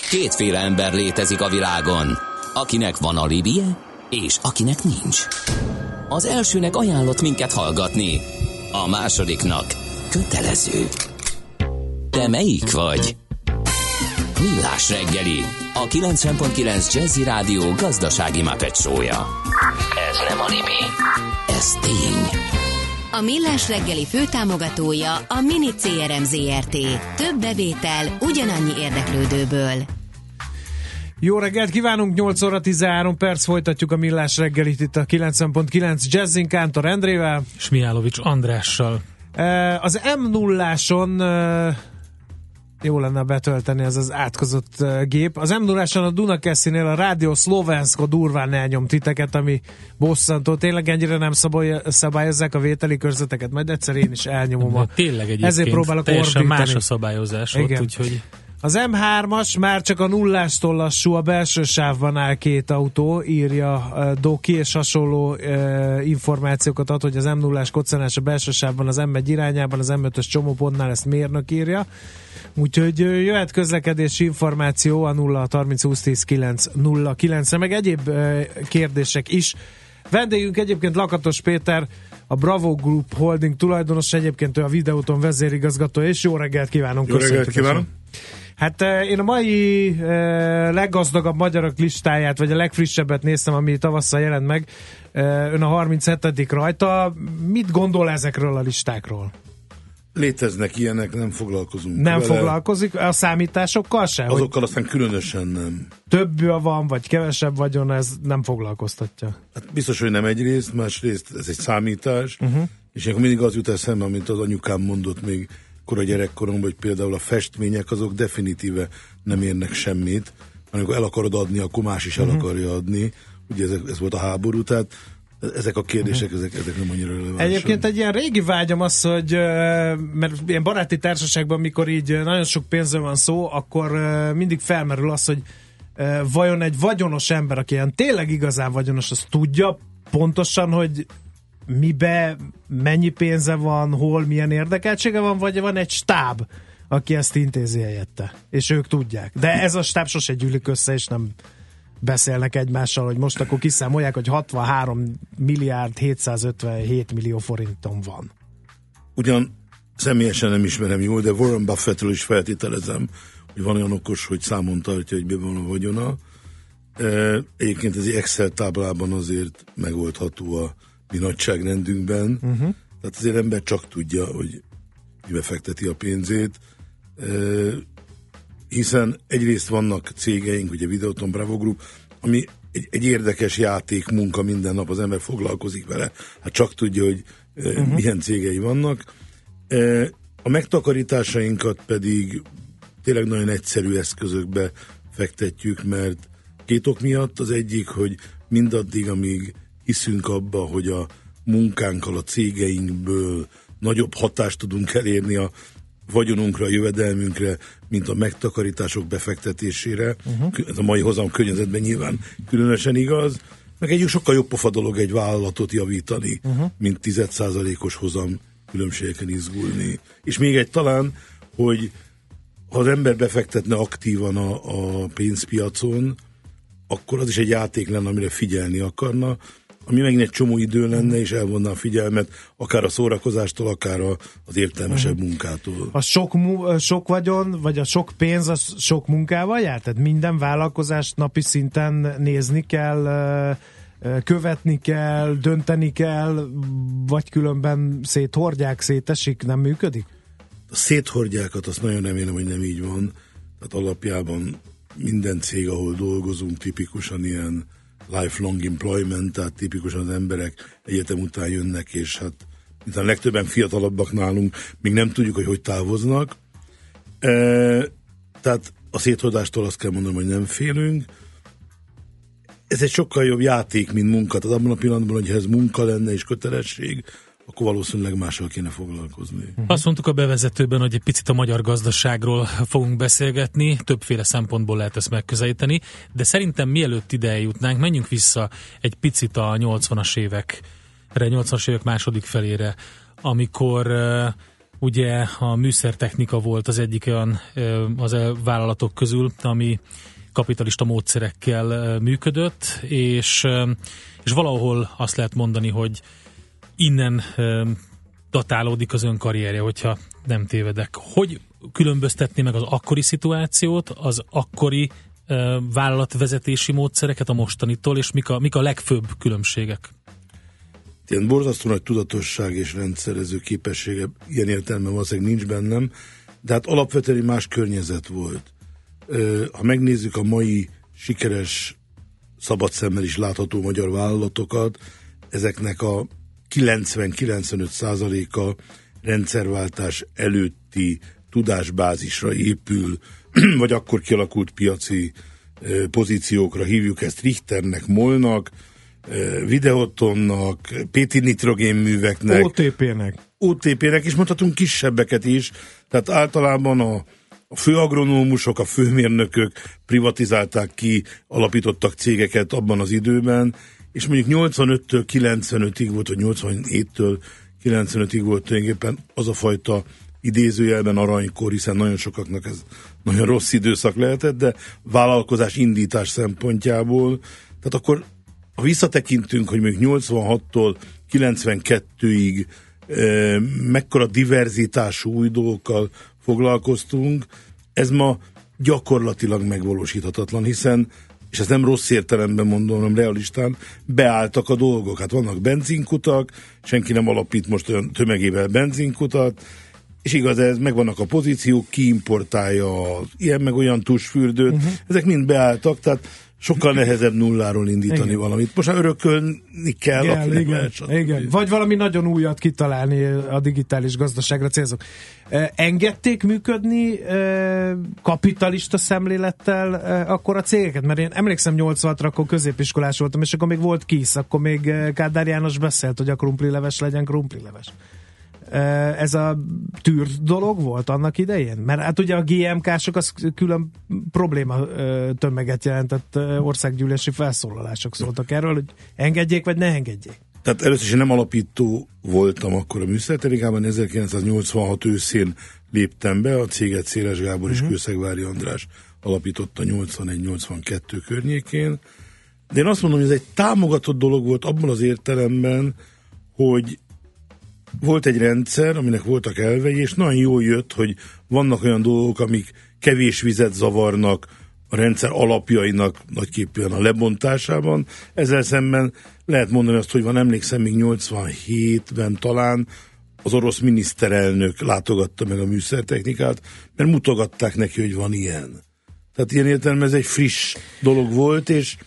Kétféle ember létezik a világon, akinek van alibije, és akinek nincs. Az elsőnek ajánlott minket hallgatni, a másodiknak kötelező. Te melyik vagy? Millás reggeli, a 90.9 Jazzy Rádió gazdasági Muppet show-ja. Ez nem anime, ez tény. A Millás reggeli főtámogatója a Mini CRM Zrt. Több bevétel ugyanannyi érdeklődőből. Jó reggelt kívánunk, 8 óra 13 perc, folytatjuk a Millás reggelit itt a 90.9 Jazzin Kántor Endrével. És Mihálovics Andrással. Az M0-áson jó lenne betölteni ez az átkozott gép. Az M0-áson a Dunakeszinél a Rádió Szlovenszka durván elnyom titeket, ami bosszantó. Tényleg ennyire nem szabályozzák a vételi körzeteket, majd egyszer én is elnyomom. Tényleg egyébként ezért próbálok teljesen ordítani. más a szabályozás ott, úgyhogy... Az M3-as már csak a nullástól lassú, a belső sávban áll két autó, írja Doki, és hasonló információkat ad, hogy az M0-ás koccanás a belső sávban az M1 irányában, az M5-ös csomópontnál, ezt mérnök írja. Úgyhogy jöhet közlekedési információ a 0-30-20-10-9-09-re, meg egyéb kérdések is. Vendégünk egyébként Lakatos Péter, a Bravo Group Holding tulajdonos, egyébként ő a Videóton vezérigazgató, és jó reggelt kívánunk! Jó reggelt kívánok! Hát én a mai leggazdagabb magyarok listáját, vagy a legfrissebbet néztem, ami tavasszal jelent meg. Ön a 37. rajta. Mit gondol ezekről a listákról? Léteznek ilyenek, nem foglalkozunk Nem vele. Foglalkozik a számításokkal sem? Azokkal aztán különösen nem. Több van, vagy kevesebb vagyon, ez nem foglalkoztatja. Hát biztos, hogy nem egyrészt, másrészt ez egy számítás, és akkor mindig az jut eszembe, amit az anyukám mondott még kora gyerekkoromban, hogy például a festmények azok definitíve nem érnek semmit, amikor el akarod adni, akkor más is el akarja adni. Ugye ez volt a háború, tehát ezek a kérdések, ezek nem annyira relevánsak. Egyébként egy ilyen régi vágyam az, hogy mert ilyen baráti társaságban, mikor így nagyon sok pénzről van szó, akkor mindig felmerül az, hogy vajon egy vagyonos ember, aki ilyen tényleg igazán vagyonos, az tudja pontosan, hogy mibe, mennyi pénze van, hol, milyen érdekeltsége van, vagy van egy stáb, aki ezt intézi helyette, és ők tudják. De ez a stáb sose gyűlik össze, és nem beszélnek egymással, hogy most akkor kiszámolják, hogy 63 milliárd 757 millió forinton van. Ugyan személyesen nem ismerem jól, de Warren Buffettről is feltételezem, hogy van olyan okos, hogy számon tartja, hogy mi van a vagyona. Egyébként ez egy Excel táblában azért megoldható a mi nagyságrendünkben. Tehát azért ember csak tudja, hogy mibe fekteti a pénzét. Hiszen egyrészt vannak cégeink, ugye Videóton, Bravo Group, ami egy érdekes játék, munka, minden nap az ember foglalkozik vele. Hát csak tudja, hogy milyen cégei vannak. A megtakarításainkat pedig tényleg nagyon egyszerű eszközökbe fektetjük, mert két ok miatt. Az egyik, hogy mindaddig, amíg hiszünk abba, hogy a munkánkkal, a cégeinkből nagyobb hatást tudunk elérni a vagyonunkra, a jövedelmünkre, mint a megtakarítások befektetésére. Ez a mai hozam környezetben nyilván különösen igaz. Meg egyik sokkal jobb pofa dolog egy vállalatot javítani, mint 10%-os hozam különbségeken izgulni. És még egy talán, hogy ha az ember befektetne aktívan a pénzpiacon, akkor az is egy játék lenne, amire figyelni akarna, ami megint egy csomó idő lenne, és elvonná a figyelmet, akár a szórakozástól, akár az értelmesebb munkától. A sok vagyon, vagy a sok pénz, az sok munkával jár? Tehát minden vállalkozást napi szinten nézni kell, követni kell, dönteni kell, vagy különben széthordják, szétesik, nem működik? A széthordjákat azt nagyon remélem, hogy nem így van. Tehát alapjában minden cég, ahol dolgozunk, tipikusan ilyen lifelong employment, tehát tipikusan az emberek egyetem után jönnek, és hát mint a legtöbben fiatalabbak nálunk, még nem tudjuk, hogy távoznak. Tehát a széthordástól azt kell mondanom, hogy nem félünk. Ez egy sokkal jobb játék, mint munka. Tehát abban a pillanatban, hogy ez munka lenne és kötelesség, akkor valószínűleg mással kéne foglalkozni. Azt mondtuk a bevezetőben, hogy egy picit a magyar gazdaságról fogunk beszélgetni, többféle szempontból lehet ezt megközelíteni, de szerintem mielőtt ide eljutnánk, menjünk vissza egy picit a 80-as évek második felére, amikor ugye a műszertechnika volt az egyik olyan az vállalatok közül, ami kapitalista módszerekkel működött, és valahol azt lehet mondani, hogy innen datálódik az ön karrierje, hogyha nem tévedek. Hogy különböztetné meg az akkori szituációt, az akkori vállalatvezetési módszereket a mostanitól, és mik a legfőbb különbségek? Ilyen borzasztó nagy tudatosság és rendszerező képessége ilyen értelemben valószínűleg nincs bennem, de hát alapvetően más környezet volt. Ha megnézzük a mai sikeres, szabad szemmel is látható magyar vállalatokat, ezeknek a 90-95%-a rendszerváltás előtti tudásbázisra épül, vagy akkor kialakult piaci pozíciókra, hívjuk ezt Richternek, Molnak, Videotonnak, Péti nitrogénműveknek, OTP-nek, és mondhatunk kisebbeket is, tehát általában a főagronómusok, a főmérnökök privatizálták ki, alapítottak cégeket abban az időben, és mondjuk 85-től 95-ig volt, vagy 87-től 95-ig volt tulajdonképpen az a fajta idézőjelben aranykor, hiszen nagyon sokaknak ez nagyon rossz időszak lehetett, de vállalkozás indítás szempontjából, tehát akkor ha visszatekintünk, hogy még 86-tól 92-ig mekkora diverzitású új dolgokkal foglalkoztunk, ez ma gyakorlatilag megvalósíthatatlan, hiszen, és ezt nem rossz értelemben mondom, hanem realistán, beálltak a dolgok. Hát vannak benzinkutak, senki nem alapít most olyan tömegével benzinkutat, és igaz, ez megvannak a pozíciók, ki importálja ilyen meg olyan tusfürdőt, ezek mind beálltak, tehát sokkal nehezebb nulláról indítani valamit. Most már örökölni kell. Igen. Vagy valami nagyon újat kitalálni a digitális gazdaságra célzok. Engedték működni kapitalista szemlélettel akkor a cégeket? Mert én emlékszem 86-ra, akkor középiskolás voltam, és akkor még volt KISZ, akkor még Kádár János beszélt, hogy a krumplileves legyen krumplileves. Ez a tűrt dolog volt annak idején? Mert hát ugye a GMK-sok az külön probléma tömeget jelentett, országgyűlési felszólalások szóltak erről, hogy engedjék vagy ne engedjék. Tehát először is nem alapító voltam akkor a műszertechnikában, 1986 őszén léptem be, a céget Széles Gábor és Kőszegvári András alapította 81-82 környékén, de én azt mondom, hogy ez egy támogatott dolog volt abban az értelemben, hogy volt egy rendszer, aminek voltak elvei, és nagyon jól jött, hogy vannak olyan dolgok, amik kevés vizet zavarnak a rendszer alapjainak nagyképpen a lebontásában. Ezzel szemben lehet mondani azt, hogy van, emlékszem, még 87-ben talán az orosz miniszterelnök látogatta meg a műszertechnikát, mert mutogatták neki, hogy van ilyen. Tehát ilyen értelemben ez egy friss dolog volt, és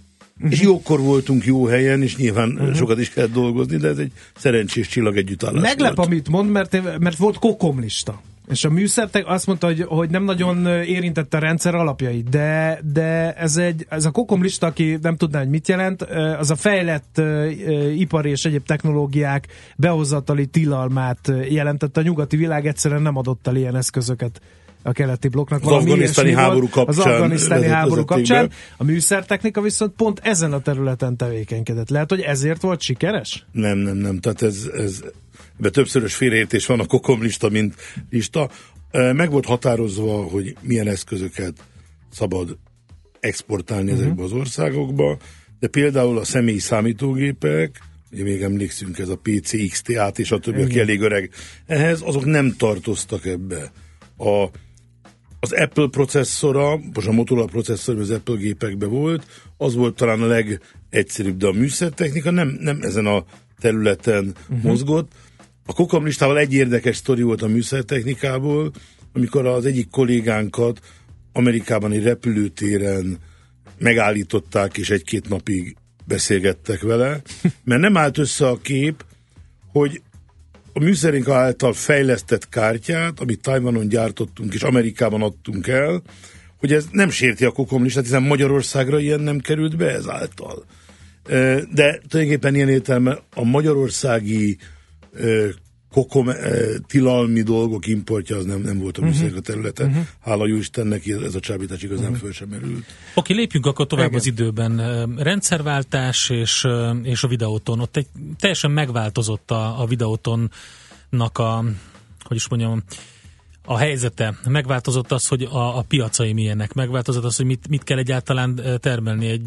jókor voltunk jó helyen, és nyilván sokat is kellett dolgozni, de ez egy szerencsés csillag együttállás. Meglep, amit mond, mert volt kokomlista. És a műszertek azt mondta, hogy nem nagyon érintette a rendszer alapjait, de ez a kokomlista, aki nem tudná, hogy mit jelent, az a fejlett ipari és egyéb technológiák behozatali tilalmát jelentette. A nyugati világ egyszerűen nem adott el ilyen eszközöket a keleti blokknak. Az afganisztáni háború kapcsán. Az afganisztáni háború kapcsán. A műszertechnika viszont pont ezen a területen tevékenykedett. Lehet, hogy ezért volt sikeres? Nem. Tehát ez többszörös félreértés van a kokomlista, mint lista. Meg volt határozva, hogy milyen eszközöket szabad exportálni ezekbe az országokba, de például a személyi számítógépek, ugye még emlékszünk, ez a PC, XT-át és a többi, aki elég öreg, ehhez azok nem tartoztak ebbe. Az Apple processzora, most a Motorola processzor az Apple gépekben volt, az volt talán a legegyszerűbb, de a műszertechnika nem ezen a területen mozgott. A kokomlistával egy érdekes sztori volt a műszertechnikából, amikor az egyik kollégánkat Amerikában egy repülőtéren megállították, és 1-2 napig beszélgettek vele, mert nem állt össze a kép, hogy a műszerünk által fejlesztett kártyát, amit Tajvanon gyártottunk és Amerikában adtunk el, hogy ez nem sérti a kokomlistát, hiszen Magyarországra ilyen nem került be ezáltal. De tulajdonképpen ilyen értelemben a magyarországi tilalmi dolgok importja az nem volt a műszerek a területen. Hála jó Istennek, ez a csábítás igaz nem föl sem merült. Oké, lépjünk akkor tovább az időben. Rendszerváltás és a Videoton. Ott teljesen megváltozott a Videotonnak a hogy is mondjam, a helyzete, megváltozott az, hogy a piacai milyenek, megváltozott az, hogy mit kell egyáltalán termelni,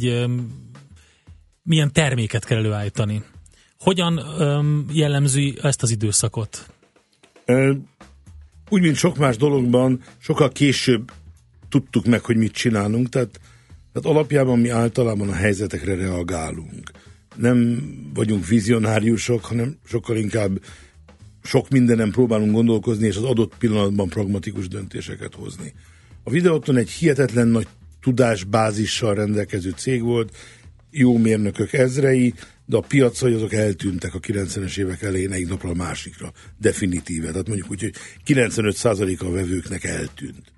milyen terméket kell előállítani. Hogyan jellemzi ezt az időszakot? Úgy, mint sok más dologban, sokkal később tudtuk meg, hogy mit csinálunk, tehát alapjában mi általában a helyzetekre reagálunk. Nem vagyunk vizionáriusok, hanem sokkal inkább sok mindenen próbálunk gondolkozni, és az adott pillanatban pragmatikus döntéseket hozni. A Videoton egy hihetetlen nagy tudásbázissal rendelkező cég volt, jó mérnökök ezrei, de a piacai azok eltűntek a 90-es évek elején egyik napra a másikra, definitíve. Tehát mondjuk úgy, hogy 95% a vevőknek eltűnt.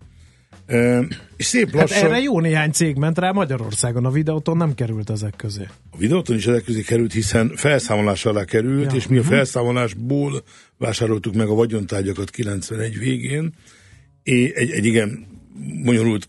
És szép lassan... Hát erre jó néhány cég ment rá Magyarországon, a Videoton nem került ezek közé. A Videoton is ezek közé került, hiszen felszámolás alá került, és mi a felszámolásból vásároltuk meg a vagyontárgyakat 91 végén, egy igen bonyolult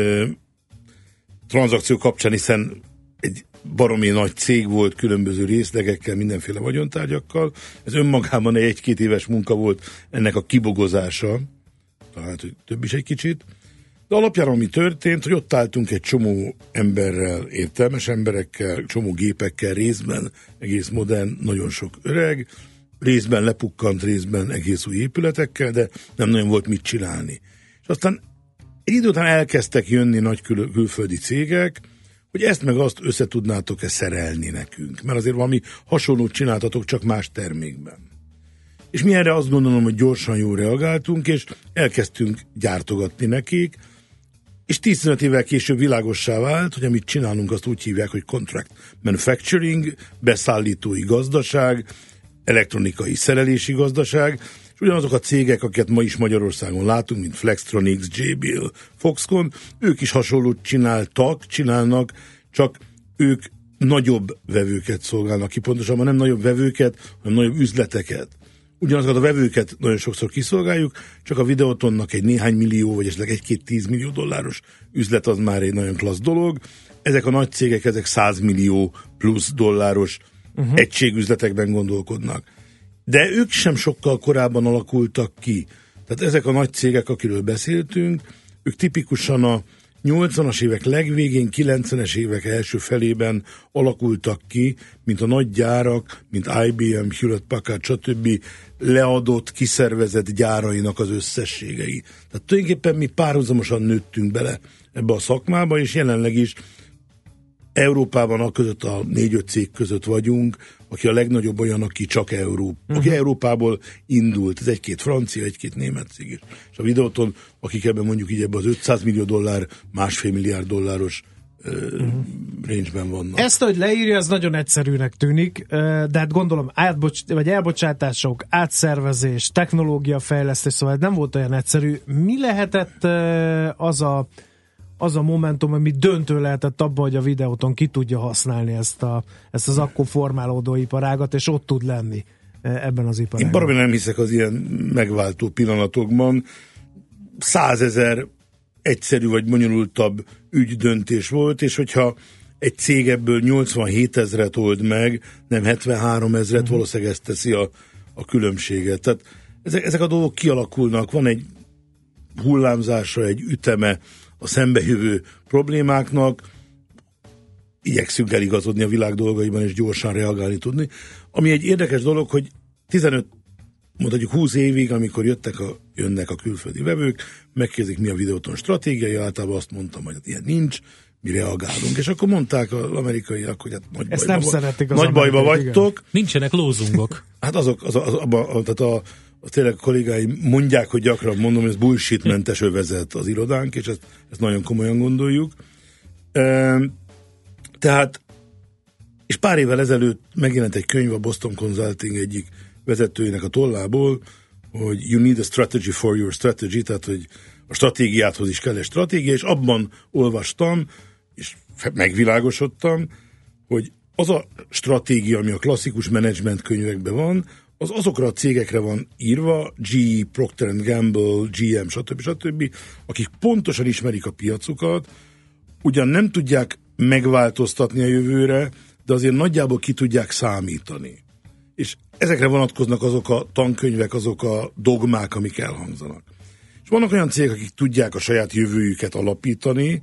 tranzakció kapcsán, hiszen egy baromi nagy cég volt, különböző részlegekkel, mindenféle vagyontárgyakkal. Ez önmagában egy 1-2 éves munka volt ennek a kibogozása, talán hogy több is egy kicsit. De alapján ami történt, hogy ott álltunk egy csomó emberrel, értelmes emberekkel, csomó gépekkel, részben egész modern, nagyon sok öreg, részben lepukkant, részben egész új épületekkel, de nem nagyon volt mit csinálni. És aztán egy idő után elkezdtek jönni nagy külföldi cégek, hogy ezt meg azt össze tudnátok-e szerelni nekünk. Mert azért valami hasonlót csináltatok, csak más termékben. És mi erre azt gondolom, hogy gyorsan jól reagáltunk, és elkezdtünk gyártogatni nekik, és 15 évvel később világossá vált, hogy amit csinálunk, azt úgy hívják, hogy contract manufacturing, beszállítói gazdaság, elektronikai szerelési gazdaság, és ugyanazok a cégek, akiket ma is Magyarországon látunk, mint Flextronics, JBL, Foxconn, ők is hasonlót csinálnak, csak ők nagyobb vevőket szolgálnak ki, pontosabban nem nagyobb vevőket, hanem nagyobb üzleteket. Ugyanazokat a vevőket nagyon sokszor kiszolgáljuk, csak a Videotonnak egy néhány millió, vagy esetleg 1-2-10 millió dolláros üzlet az már egy nagyon klassz dolog. Ezek a nagy cégek, ezek 100 millió plusz dolláros egységüzletekben gondolkodnak. De ők sem sokkal korábban alakultak ki. Tehát ezek a nagy cégek, akiről beszéltünk, ők tipikusan a 80-as évek legvégén, 90-es évek első felében alakultak ki, mint a nagy gyárak, mint IBM, Hewlett-Packard, stb. Leadott, kiszervezett gyárainak az összességei. Tehát tulajdonképpen mi párhuzamosan nőttünk bele ebbe a szakmába, és jelenleg is Európában a között a 4-5 cég között vagyunk, aki a legnagyobb olyan, aki csak aki Európából indult. Ez 1-2 francia, 1-2 német cég is. És a Videoton, akik ebben mondjuk így ebben az 500 millió dollár, 1,5 milliárd dolláros range-ben vannak. Ezt, hogy leírja, ez nagyon egyszerűnek tűnik, de hát gondolom elbocsátások, átszervezés, technológiafejlesztés, szóval nem volt olyan egyszerű. Mi lehetett az a momentum, ami döntő lehetett abban, hogy a Videoton ki tudja használni ezt az akkor formálódó iparágat, és ott tud lenni ebben az iparágban? Én baromi nem hiszek az ilyen megváltó pillanatokban. 100 000 egyszerű vagy bonyolultabb ügydöntés volt, és hogyha egy cég ebből 87 000 old meg, nem 73 000, valószínűleg ezt teszi a különbséget. Tehát ezek a dolgok kialakulnak, van egy hullámzása, egy üteme a szembejövő problémáknak, igyekszünk eligazodni a világ dolgaiban, és gyorsan reagálni tudni. Ami egy érdekes dolog, hogy 15, mondhatjuk 20 évig, amikor jönnek a külföldi vevők, megkérdezik, mi a Videoton stratégiai, általában azt mondtam, hogy ilyen nincs, mi reagálunk. És akkor mondták az amerikaiak, hogy hát nagy bajba vagytok. Igen. Nincsenek lózungok. Hát tehát tényleg a kollégáim mondják, hogy gyakran mondom, hogy ez bullshitmentes övezet az irodánk, és ezt nagyon komolyan gondoljuk. Tehát, és pár évvel ezelőtt megjelent egy könyv a Boston Consulting egyik vezetőjének a tollából, hogy you need a strategy for your strategy, tehát, hogy a stratégiádhoz is kell egy stratégia, és abban olvastam, és megvilágosodtam, hogy az a stratégia, ami a klasszikus menedzsment könyvekben van, az azokra a cégekre van írva, GE, Procter & Gamble, GM, stb., akik pontosan ismerik a piacukat, ugyan nem tudják megváltoztatni a jövőre, de azért nagyjából ki tudják számítani. És ezekre vonatkoznak azok a tankönyvek, azok a dogmák, amik elhangzanak. És vannak olyan cégek, akik tudják a saját jövőjüket alakítani,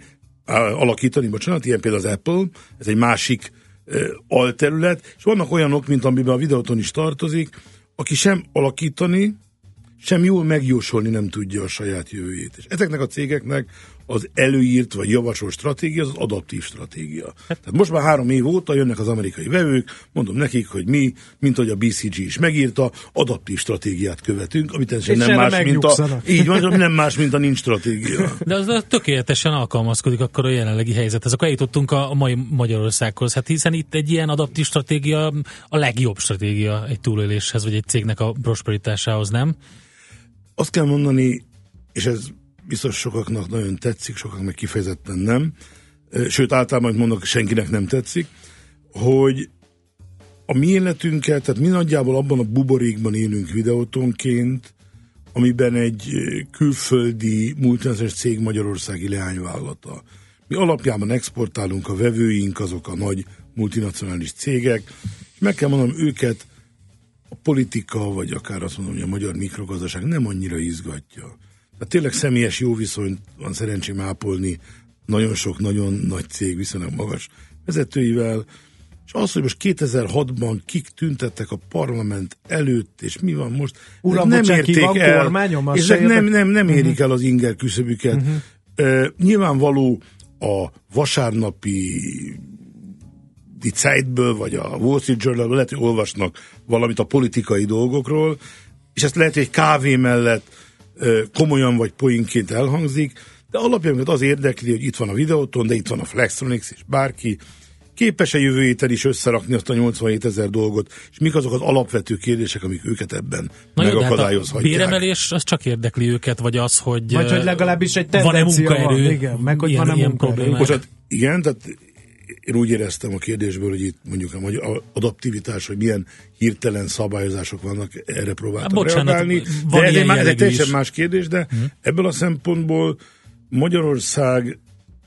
ilyen például az Apple, ez egy másik alterület, és vannak olyanok, mint amiben a Videoton is tartozik, aki sem alakítani, sem jól megjósolni nem tudja a saját jövőjét. És ezeknek a cégeknek az előírt vagy javasolt stratégia az adaptív stratégia. Tehát most már 3 év óta jönnek az amerikai vevők, mondom nekik, hogy mi, mint ahogy a BCG is megírta, adaptív stratégiát követünk, amit nem más, nem más, mint a nincs stratégia. De az tökéletesen alkalmazkodik akkor a jelenlegi helyzethez. Akkor eljutottunk a mai Magyarországhoz. Hát hiszen itt egy ilyen adaptív stratégia a legjobb stratégia egy túléléshez, vagy egy cégnek a prosperitásához, nem? Azt kell mondani, és ez biztos sokaknak nagyon tetszik, sokaknak meg kifejezetten nem, sőt általában mondok, senkinek nem tetszik, hogy a mi életünket, tehát mi nagyjából abban a buborékban élünk Videotonként, amiben egy külföldi multinacionális cég magyarországi leányvállalata. Mi alapjában exportálunk, a vevőink azok a nagy multinacionális cégek, és meg kell mondanom, őket a politika, vagy akár azt mondom, hogy a magyar mikrogazdaság nem annyira izgatja. Tehát tényleg személyes jó viszonyt van szerencsém ápolni nagyon sok, nagyon nagy cég viszonylag magas vezetőivel, és az, hogy most 2006-ban kik tüntettek a parlament előtt, és mi van most, Uram, nem érték el, kormányom, és ezek nem érik el az inger küszöbüket. Nyilvánvaló a vasárnapi Die Zeitből, vagy a Wall Street Journalből lehet, hogy olvasnak valamit a politikai dolgokról, és ezt lehet, hogy egy kávé mellett komolyan vagy poénként elhangzik, de alapján az érdekli, hogy itt van a Videoton, de itt van a Flextronics, és bárki képes-e jövő héten is összerakni azt a 87 000 dolgot, és mik azok az alapvető kérdések, amik őket ebben megakadályozhatják. Hát a béremelés az csak érdekli őket, vagy az, hogy vagy hogy legalábbis egy tendencia van-e munkaerő, van, igen, meg hogy van-e munkaerő. Bocsánat, igen, tehát én úgy éreztem a kérdésből, hogy itt mondjuk a adaptivitás, hogy milyen hirtelen szabályozások vannak, erre próbáltam reagálni. De ez egy teljesen más kérdés, de ebből a szempontból Magyarország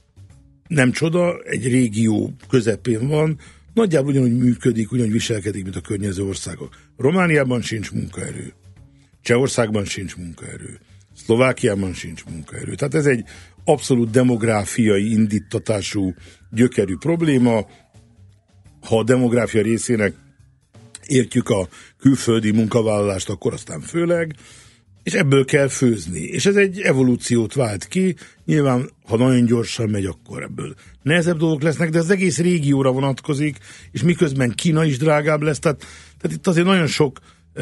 nem csoda, egy régió közepén van, nagyjából ugyanúgy működik, ugyanúgy viselkedik, mint a környező országok. Romániában sincs munkaerő, Csehországban sincs munkaerő, Szlovákiában sincs munkaerő. Tehát ez egy abszolút demográfiai indítatású gyökerű probléma. Ha a demográfia részének értjük a külföldi munkavállalást, akkor aztán főleg, és ebből kell főzni. És ez egy evolúciót vált ki, nyilván, ha nagyon gyorsan megy, akkor ebből nehezebb dolgok lesznek, de az egész régióra vonatkozik, és miközben Kína is drágább lesz, tehát itt azért nagyon sok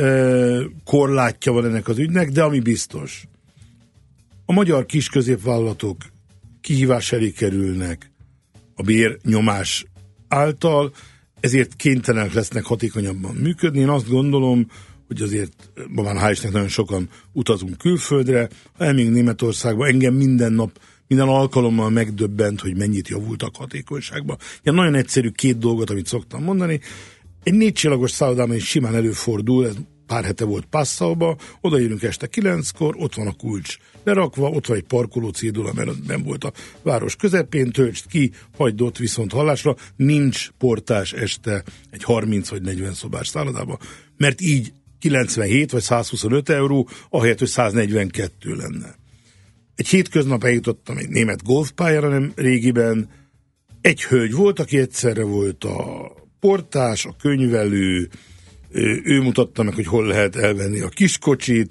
korlátja van ennek az ügynek, de ami biztos, a magyar kis középvállalatok kihívás elé kerülnek a bérnyomás által, ezért kénytelenek lesznek hatékonyabban működni. Én azt gondolom, hogy azért ma már hál' Istennek nagyon sokan utazunk külföldre, ha elmegyünk Németországba, engem minden alkalommal megdöbbent, hogy mennyit javultak hatékonyságban. Ilyen nagyon egyszerű 2 dolgot, amit szoktam mondani. Egy 4 csillagos szállodában is simán előfordul, ez pár hete volt Passauba, odaérünk este 9-kor, ott van a kulcs lerakva, ott van egy parkoló cédula, mert nem volt a város közepén, töltsd ki, hagyd ott viszont hallásra, nincs portás este egy 30 vagy 40 szobás szállodába, mert így 97 vagy 125 euró, ahelyett, hogy 142 lenne. Egy hétköznap eljutottam egy német golfpályára nem régiben, egy hölgy volt, aki egyszerre volt a portás, a könyvelő, ő mutatta meg, hogy hol lehet elvenni a kiskocsit,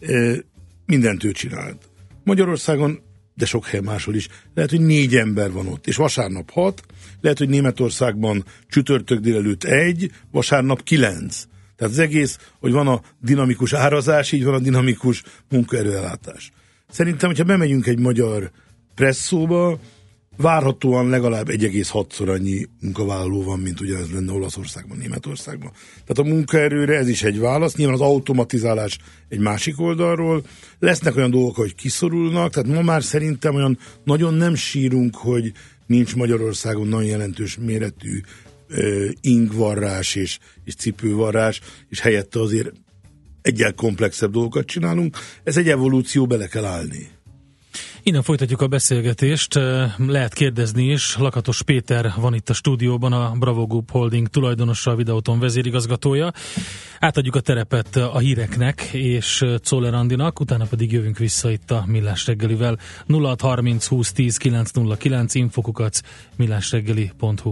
mindent ő csinált. Magyarországon, de sok hely máshol is, lehet, hogy 4 ember van ott, és vasárnap 6, lehet, hogy Németországban csütörtök délelőtt 1, vasárnap 9. Tehát az egész, hogy van a dinamikus árazás, így van a dinamikus munkaerőellátás. Szerintem, hogyha bemegyünk egy magyar presszóba, várhatóan legalább 1,6-szor annyi munkavállaló van, mint ugye ez lenne Olaszországban, Németországban. Tehát a munkaerőre ez is egy válasz, nyilván az automatizálás egy másik oldalról. Lesznek olyan dolgok, hogy kiszorulnak, tehát ma már szerintem olyan nagyon nem sírunk, hogy nincs Magyarországon nagyon jelentős méretű ingvarrás és cipővarrás, és helyette azért egyel komplexebb dolgokat csinálunk. Ez egy evolúció, bele kell állni. Innen folytatjuk a beszélgetést, lehet kérdezni is. Lakatos Péter van itt a stúdióban, a Bravo Group Holding tulajdonosa, a Videoton vezérigazgatója. Átadjuk a terepet a híreknek és Czoller Andinak, utána pedig jövünk vissza itt a Millás reggelivel. 0630 20 10 909 infokukac millásreggeli.hu.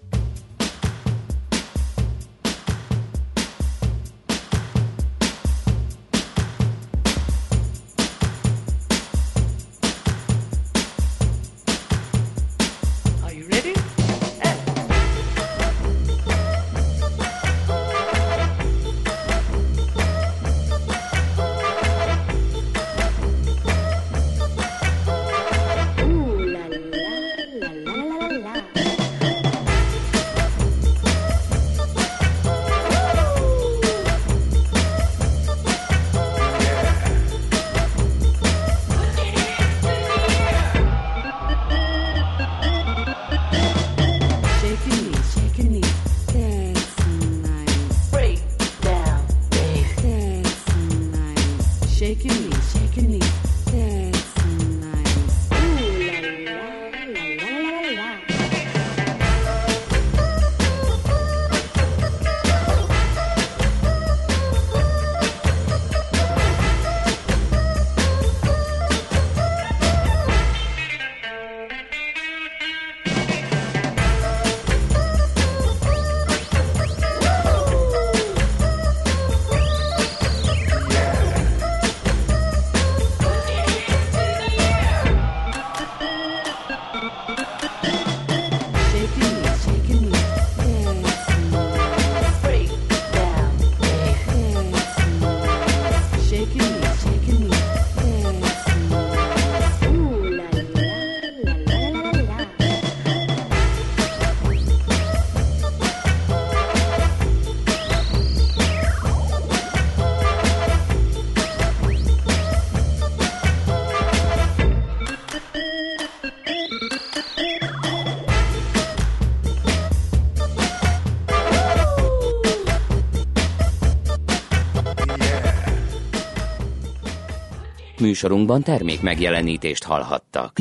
Műsorunkban termék megjelenítést hallhattak.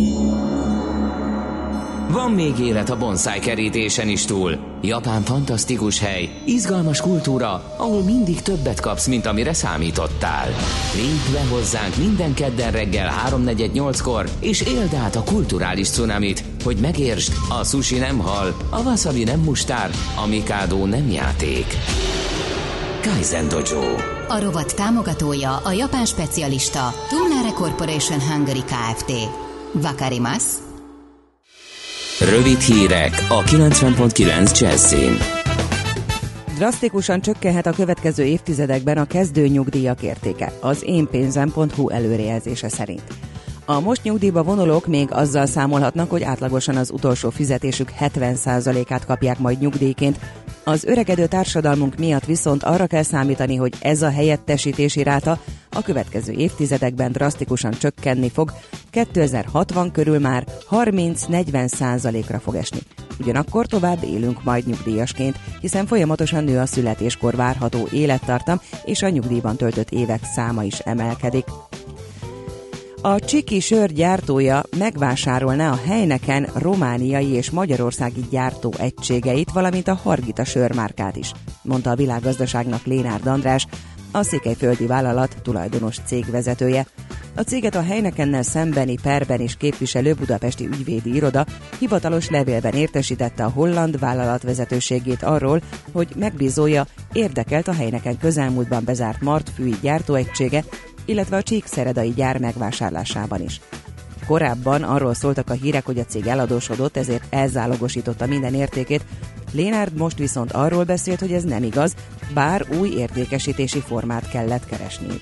Van még élet a bonsai kerítésen is túl. Japán fantasztikus hely, izgalmas kultúra, ahol mindig többet kapsz, mint amire számítottál. Lépj be hozzánk minden kedden reggel 3:48-kor, és éld át a kulturális cunamit, hogy megértsd, a sushi nem hal, a wasabi nem mustár, a mikádó nem játék. Kaizen Dojo. A rovat támogatója a japán specialista Tumnare Corporation Hungary Kft. Wakarimasu. Rövid hírek a 90.9 Jazzin. Drasztikusan csökkenhet a következő évtizedekben a kezdő nyugdíjak értéke, az énpénzem.hu előrejelzése szerint. A most nyugdíjba vonulók még azzal számolhatnak, hogy átlagosan az utolsó fizetésük 70%-át kapják majd nyugdíjként. Az öregedő társadalmunk miatt viszont arra kell számítani, hogy ez a helyettesítési ráta a következő évtizedekben drasztikusan csökkenni fog, 2060 körül már 30-40%-ra fog esni. Ugyanakkor tovább élünk majd nyugdíjasként, hiszen folyamatosan nő a születéskor várható élettartam, és a nyugdíjban töltött évek száma is emelkedik. A Csiki sör gyártója megvásárolná a Heineken romániai és magyarországi gyártó egységeit, valamint a Hargita sörmárkát is, mondta a Világgazdaságnak Lénárd András, a székelyföldi vállalat tulajdonos cégvezetője. A céget a Heinekennel szembeni perben is képviselő budapesti ügyvédi iroda hivatalos levélben értesítette a holland vállalat vezetőségét arról, hogy megbízója érdekelt a Heineken közelmúltban bezárt martfűi gyártóegysége, illetve a csíkszeredai gyár megvásárlásában is. Korábban arról szóltak a hírek, hogy a cég eladósodott, ezért elzálogosította minden értékét. Lénárd most viszont arról beszélt, hogy ez nem igaz, bár új értékesítési formát kellett keresniük.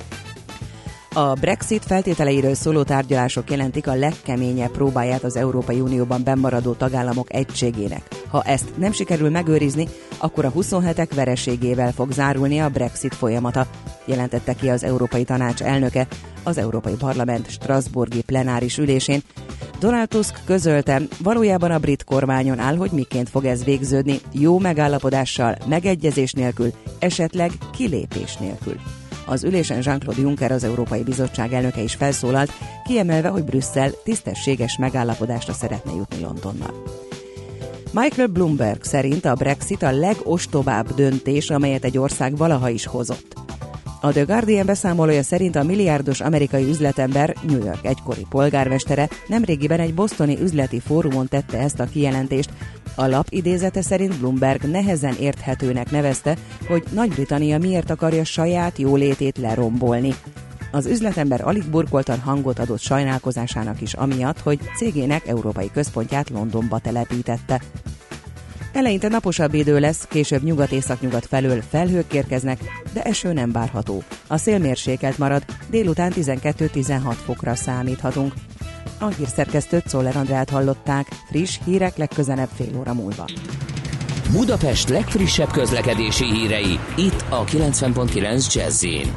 A Brexit feltételeiről szóló tárgyalások jelentik a legkeményebb próbáját az Európai Unióban bennmaradó tagállamok egységének. Ha ezt nem sikerül megőrizni, akkor a 27-ek vereségével fog zárulni a Brexit folyamata, jelentette ki az Európai Tanács elnöke az Európai Parlament strasbourgi plenáris ülésén. Donald Tusk közölte, valójában a brit kormányon áll, hogy miként fog ez végződni, jó megállapodással, megegyezés nélkül, esetleg kilépés nélkül. Az ülésen Jean-Claude Juncker, az Európai Bizottság elnöke is felszólalt, kiemelve, hogy Brüsszel tisztességes megállapodásra szeretne jutni Londonnal. Michael Bloomberg szerint a Brexit a legostobább döntés, amelyet egy ország valaha is hozott. A The Guardian beszámolója szerint a milliárdos amerikai üzletember, New York egykori polgármestere nemrégiben egy bostoni üzleti fórumon tette ezt a kijelentést. A lap idézete szerint Bloomberg nehezen érthetőnek nevezte, hogy Nagy-Britannia miért akarja saját jólétét lerombolni. Az üzletember alig burkoltan hangot adott sajnálkozásának is amiatt, hogy cégének európai központját Londonba telepítette. Eleinte naposabb idő lesz, később nyugat-északnyugat felől felhők érkeznek, de eső nem várható. A szél mérsékelt marad, délután 12-16 fokra számíthatunk. A hírszerkesztőt, Czoller Andrát hallották, friss hírek legközelebb fél óra múlva. Budapest legfrissebb közlekedési hírei, itt a 90.9 Jazz-in.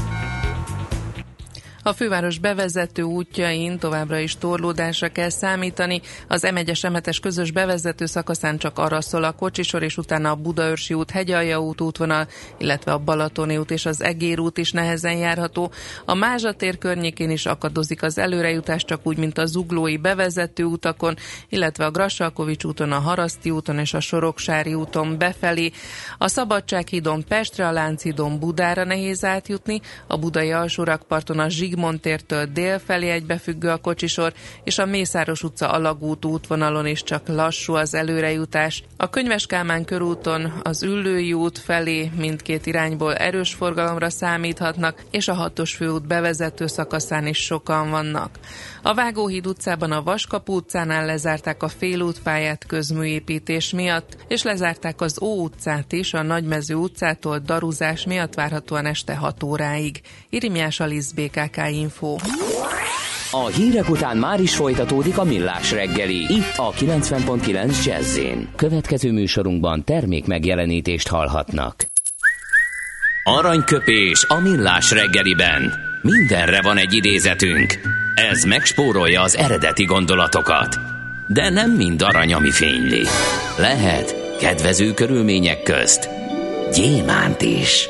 A főváros bevezető útjain továbbra is torlódásra kell számítani. Az M1-es M7-es közös bevezető szakaszán csak arra szól a kocsisor, és utána a Budaörsi út, Hegyalja út útvonal, illetve a Balatoni út és az Egér út is nehezen járható. A Mázsa tér környékén is akadozik az előrejutás, csak úgy, mint a zuglói bevezető utakon, illetve a Grassalkovich úton, a Haraszti úton és a Soroksári úton befelé. A Szabadsághídon Pestre, a Lánchídon Budára nehéz átjutni, a budai alsórakparton a Zsigmond tértől dél felé egybefüggő a kocsisor, és a Mészáros utca Alagút útvonalon is csak lassú az előrejutás. A Könyves Kálmán körúton az Üllői út felé mindkét irányból erős forgalomra számíthatnak, és a 6-os főút bevezető szakaszán is sokan vannak. A Vágóhíd utcában a Vaskapu utcánál lezárták a félútpályát közműépítés miatt, és lezárták az Ó utcát is, a Nagymező utcától daruzás miatt várhatóan este 6 óráig. Irimiás Alisz, BKK Info. A hírek után már is folytatódik a Millás reggeli, itt a 90.9 Jazz-in. Következő műsorunkban termék megjelenítést hallhatnak. Aranyköpés a Millás reggeliben. Mindenre van egy idézetünk. Ez megspórolja az eredeti gondolatokat. De nem mind arany, ami fényli. Lehet kedvező körülmények közt gyémánt is.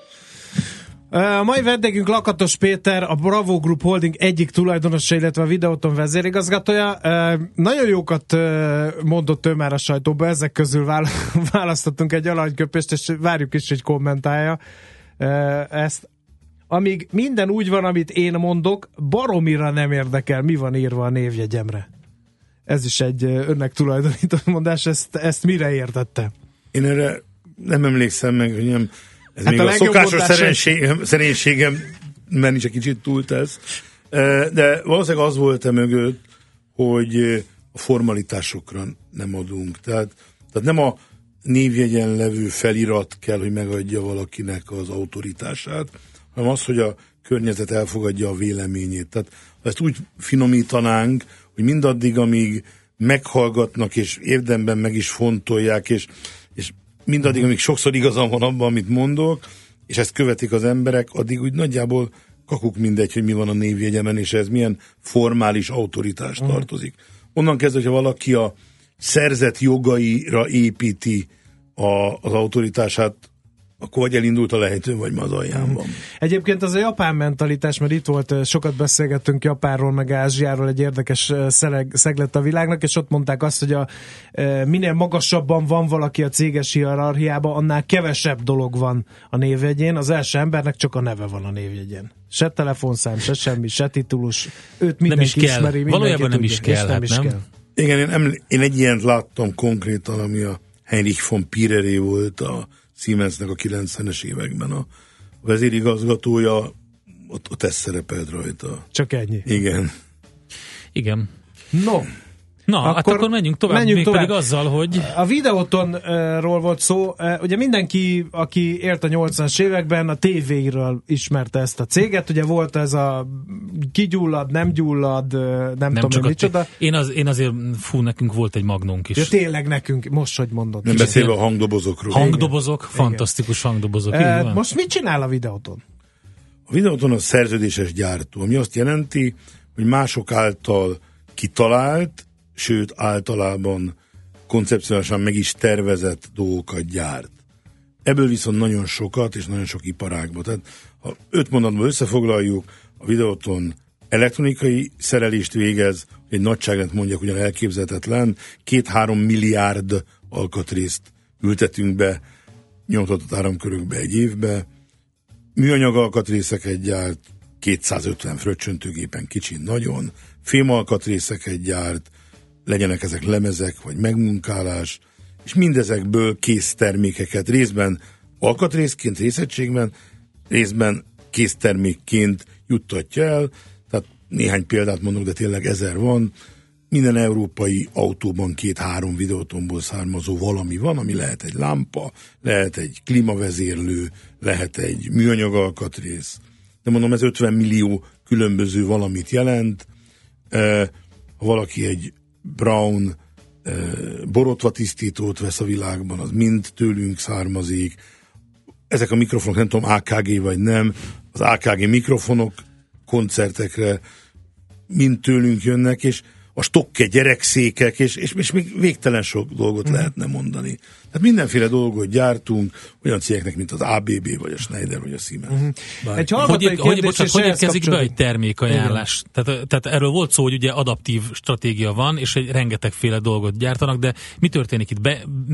A mai vendégünk Lakatos Péter, a Bravo Group Holding egyik tulajdonosa, illetve a Videóton vezérigazgatója. Nagyon jókat mondott ő már a sajtóban, ezek közül választottunk egy aranyköpést, és várjuk is, hogy kommentálja ezt. Amíg minden úgy van, amit én mondok, baromira nem érdekel, mi van írva a névjegyemre. Ez is egy önnek tulajdonított mondás, ezt mire értette? Én erre nem emlékszem meg, hogy nem. Ez hát még a szokásos szerénységem, mert nincs egy kicsit túltesz. De valószínűleg az volt mögött, hogy a formalitásokra nem adunk. Tehát nem a névjegyen levő felirat kell, hogy megadja valakinek az autoritását, hanem az, hogy a környezet elfogadja a véleményét. Tehát ha ezt úgy finomítanánk, hogy mindaddig, amíg meghallgatnak, és érdemben meg is fontolják, és mindaddig, amíg sokszor igazam van abban, amit mondok, és ezt követik az emberek, addig úgy nagyjából kakuk mindegy, hogy mi van a névjegyemen, és ez milyen formális autoritás tartozik. Onnan kezdve, hogyha valaki a szerzett jogaira építi az autoritását, akkor vagy elindult a lejtőn, vagy ma az alján van. Egyébként az a japán mentalitás, mert itt volt, sokat beszélgettünk Japánról, meg Ázsiáról, egy érdekes szeglet a világnak, és ott mondták azt, hogy minél magasabban van valaki a céges hierarchiában, annál kevesebb dolog van a névjegyén. Az első embernek csak a neve van a névjegyén. Se telefonszám, se semmi, se titulus. Őt mindenki ismeri. Valójában nem is kell. Hát nem? Igen, én egy ilyent láttam konkrétan, ami a Heinrich von Pireré volt a Siemensnek a 90-es években a vezérigazgatója, ott ez szerepelt rajta. Csak ennyi. Igen. Na, akkor menjünk tovább, pedig azzal, hogy... A Videótonról volt szó, ugye mindenki, aki élt a 80-as években, a tévéről ismerte ezt a céget, ugye volt ez a kigyullad, nem gyullad, nem tudom micsoda. Én azért, nekünk volt egy magnónk is. Ja, tényleg nekünk, most hogy mondod. Nem beszélve a hangdobozokról. Hangdobozok, fantasztikus hangdobozok. Most mit csinál a Videóton? A Videóton a szerződéses gyártó, ami azt jelenti, hogy mások által kitalált, sőt általában koncepcionálisan meg is tervezett dolgokat gyárt. Ebből viszont nagyon sokat, és nagyon sok iparágban. Tehát ha 5 mondatban összefoglaljuk, a Videoton elektronikai szerelést végez, egy nagyságrend mondjak, ugyan elképzelhetetlen, 2-3 milliárd alkatrészt ültetünk be nyomtatott áramkörökbe egy évbe, műanyag alkatrészeket gyárt, 250 fröccsöntőgépen kicsi, nagyon, fémalkatrészeket gyárt, legyenek ezek lemezek, vagy megmunkálás, és mindezekből késztermékeket részben alkatrészként, részegységben, részben késztermékként juttatja el, tehát néhány példát mondok, de tényleg 1000 van, minden európai autóban 2-3 Videotonból származó valami van, ami lehet egy lámpa, lehet egy klímavezérlő, lehet egy műanyag alkatrész. De mondom, ez 50 millió különböző valamit jelent. Ha valaki egy Brown borotva tisztítót vesz a világban, az mind tőlünk származik. Ezek a mikrofonok, nem tudom, AKG vagy nem, az AKG mikrofonok koncertekre mind tőlünk jönnek, és a Stokke gyerekszékek, és még végtelen sok dolgot lehetne mondani. Tehát mindenféle dolgot gyártunk, olyan cégeknek, mint az ABB, vagy a Schneider, vagy a Siemens. Egy hallgatói kérdés, hogy érkezik be egy termékajánlás? Tehát erről volt szó, hogy ugye adaptív stratégia van, és rengetegféle dolgot gyártanak, de mi történik itt?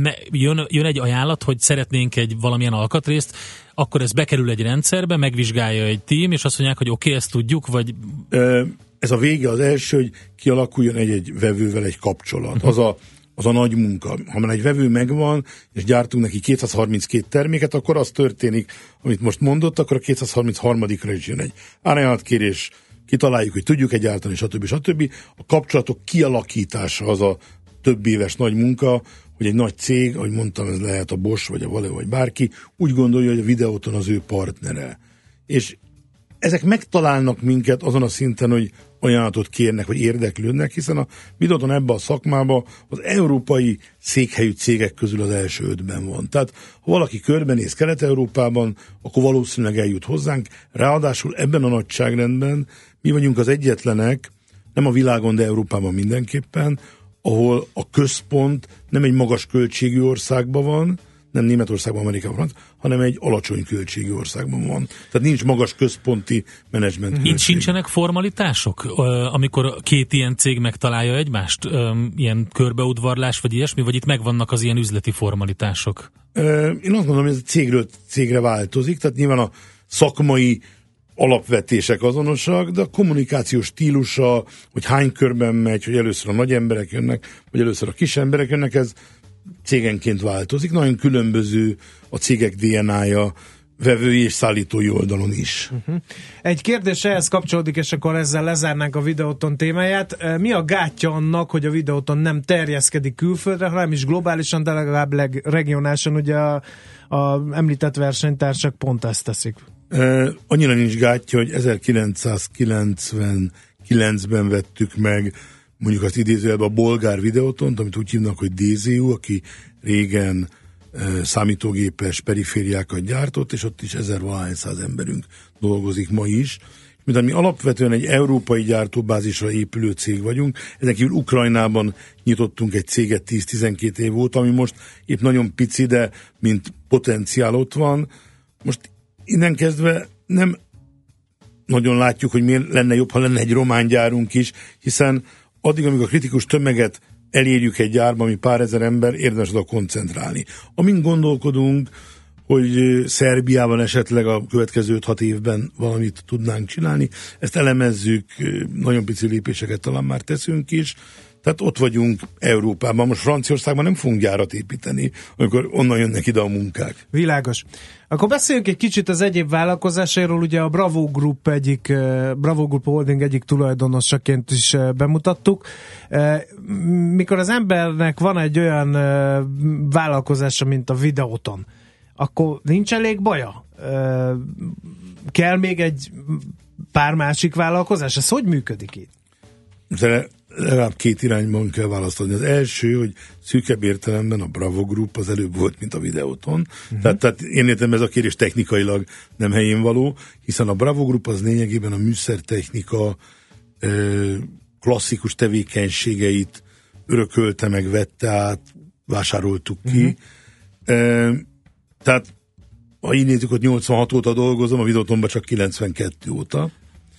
Jön egy ajánlat, hogy szeretnénk egy valamilyen alkatrészt, akkor ez bekerül egy rendszerbe, megvizsgálja egy tím, és azt mondják, hogy oké, ezt tudjuk, vagy... Ez a vége az első, hogy kialakuljon egy vevővel egy kapcsolat. Az a nagy munka. Ha már egy vevő megvan, és gyártunk neki 232 terméket, akkor az történik, amit most mondott, akkor a 233-ra is jön egy ajánlatkérés, kitaláljuk, hogy tudjuk gyártani, stb. A kapcsolatok kialakítása az a több éves nagy munka, hogy egy nagy cég, ahogy mondtam, ez lehet a Bosch, vagy a Valeo, vagy bárki, úgy gondolja, hogy a Videoton az ő partnere. És ezek megtalálnak minket azon a szinten, hogy ajánlatot kérnek, vagy érdeklődnek, hiszen a Videoton ebben a szakmában az európai székhelyű cégek közül az első 5-ben van. Tehát ha valaki körbenéz Kelet-Európában, akkor valószínűleg eljut hozzánk. Ráadásul ebben a nagyságrendben mi vagyunk az egyetlenek, nem a világon, de Európában mindenképpen, ahol a központ nem egy magas költségű országban van, nem Németországban, Amerikában, hanem egy alacsony költségű országban van. Tehát nincs magas központi menedzsment költség. Itt sincsenek formalitások, amikor két ilyen cég megtalálja egymást? Ilyen körbeudvarlás, vagy ilyesmi? Vagy itt megvannak az ilyen üzleti formalitások? Én azt mondom, hogy ez cégről cégre változik, tehát nyilván a szakmai alapvetések azonosak, de a kommunikációs stílusa, hogy hány körben megy, hogy először a nagy emberek jönnek, vagy először a kis emberek jönnek, ez cégenként változik. Nagyon különböző a cégek DNA-ja, vevői és szállítói oldalon is. Egy kérdés ehhez kapcsolódik, és akkor ezzel lezárnánk a Videoton témáját. Mi a gátja annak, hogy a Videoton nem terjeszkedik külföldre, hanem is globálisan, de legalább regionálisan, ugye a említett versenytársak pont ezt teszik? Annyira nincs gátja, hogy 1999-ben vettük meg mondjuk azt idézőjelben a bolgár Videotont, amit úgy hívnak, hogy DZU, aki régen számítógépes perifériákat gyártott, és ott is 1000-valahány emberünk dolgozik ma is. Miután mi alapvetően egy európai gyártóbázisra épülő cég vagyunk, ezen kívül Ukrajnában nyitottunk egy céget 10-12 év óta, ami most épp nagyon pici, de mint potenciál ott van. Most innen kezdve nem nagyon látjuk, hogy miért lenne jobb, ha lenne egy román gyárunk is, hiszen addig, amíg a kritikus tömeget elérjük egy gyárba, ami pár ezer ember, érdemes oda koncentrálni. Amint gondolkodunk, hogy Szerbiában esetleg a következő 5-6 évben valamit tudnánk csinálni, ezt elemezzük, nagyon pici lépéseket talán már teszünk is, tehát ott vagyunk Európában. Most Franciaországban nem fogunk gyárat építeni, amikor onnan jönnek ide a munkák. Világos. Akkor beszéljünk egy kicsit az egyéb vállalkozásairól. Ugye a Bravo Group Holding egyik tulajdonosaként is bemutattuk. Mikor az embernek van egy olyan vállalkozása, mint a Videoton, akkor nincs elég baja? Kell még egy pár másik vállalkozás? Ez hogy működik itt? De legalább 2 irányban kell választani. Az első, hogy szűkebb értelemben a Bravo Group az előbb volt, mint a Videoton. Tehát én értem, ez a kérdés technikailag nem helyén való, hiszen a Bravo Group az lényegében a műszertechnika klasszikus tevékenységeit örökölte meg, vette át, vásároltuk ki. Tehát ha így nézzük, hogy 86 óta dolgozom, a Videotonban csak 92 óta.